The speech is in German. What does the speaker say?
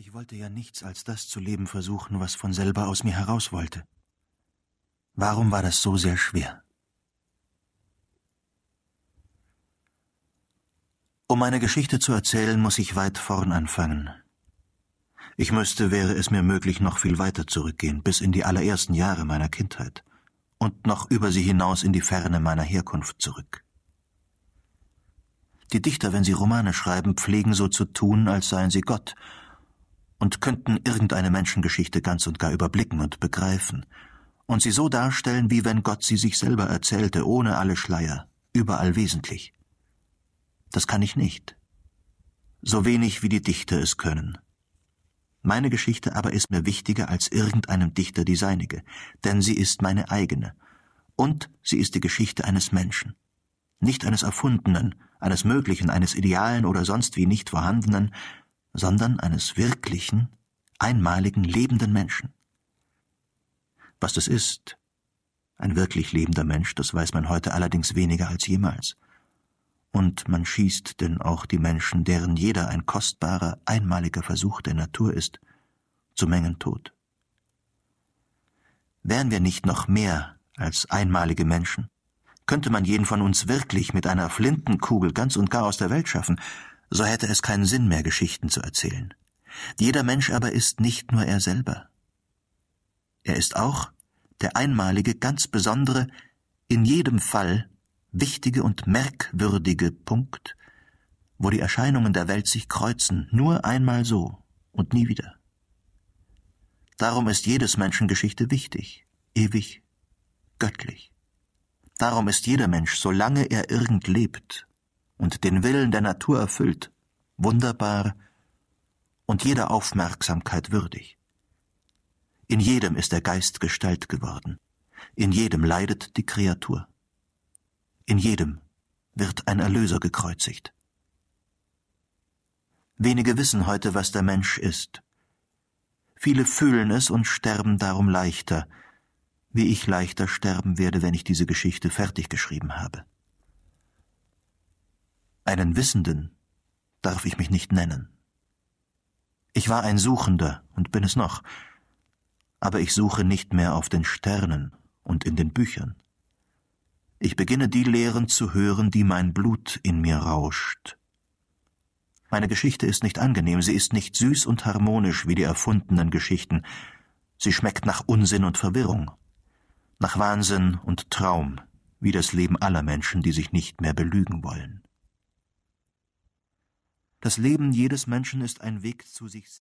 Ich wollte ja nichts als das zu leben versuchen, was von selber aus mir heraus wollte. Warum war das so sehr schwer? Um meine Geschichte zu erzählen, muss ich weit vorn anfangen. Ich müsste, wäre es mir möglich, noch viel weiter zurückgehen, bis in die allerersten Jahre meiner Kindheit und noch über sie hinaus in die Ferne meiner Herkunft zurück. Die Dichter, wenn sie Romane schreiben, pflegen so zu tun, als seien sie Gott und könnten irgendeine Menschengeschichte ganz und gar überblicken und begreifen und sie so darstellen, wie wenn Gott sie sich selber erzählte, ohne alle Schleier, überall wesentlich. Das kann ich nicht. So wenig wie die Dichter es können. Meine Geschichte aber ist mir wichtiger als irgendeinem Dichter die seinige, denn sie ist meine eigene. Und sie ist die Geschichte eines Menschen. Nicht eines Erfundenen, eines Möglichen, eines Idealen oder sonst wie nicht Vorhandenen, sondern eines wirklichen, einmaligen, lebenden Menschen. Was das ist, ein wirklich lebender Mensch, das weiß man heute allerdings weniger als jemals. Und man schießt denn auch die Menschen, deren jeder ein kostbarer, einmaliger Versuch der Natur ist, zu Mengen tot. Wären wir nicht noch mehr als einmalige Menschen, könnte man jeden von uns wirklich mit einer Flintenkugel ganz und gar aus der Welt schaffen, so hätte es keinen Sinn mehr, Geschichten zu erzählen. Jeder Mensch aber ist nicht nur er selber. Er ist auch der einmalige, ganz besondere, in jedem Fall wichtige und merkwürdige Punkt, wo die Erscheinungen der Welt sich kreuzen, nur einmal so und nie wieder. Darum ist jedes Menschen Geschichte wichtig, ewig, göttlich. Darum ist jeder Mensch, solange er irgend lebt und den Willen der Natur erfüllt, wunderbar und jeder Aufmerksamkeit würdig. In jedem ist der Geist Gestalt geworden, in jedem leidet die Kreatur. In jedem wird ein Erlöser gekreuzigt. Wenige wissen heute, was der Mensch ist. Viele fühlen es und sterben darum leichter, wie ich leichter sterben werde, wenn ich diese Geschichte fertig geschrieben habe. Einen Wissenden darf ich mich nicht nennen. Ich war ein Suchender und bin es noch, aber ich suche nicht mehr auf den Sternen und in den Büchern. Ich beginne die Lehren zu hören, die mein Blut in mir rauscht. Meine Geschichte ist nicht angenehm, sie ist nicht süß und harmonisch wie die erfundenen Geschichten. Sie schmeckt nach Unsinn und Verwirrung, nach Wahnsinn und Traum, wie das Leben aller Menschen, die sich nicht mehr belügen wollen. Das Leben jedes Menschen ist ein Weg zu sich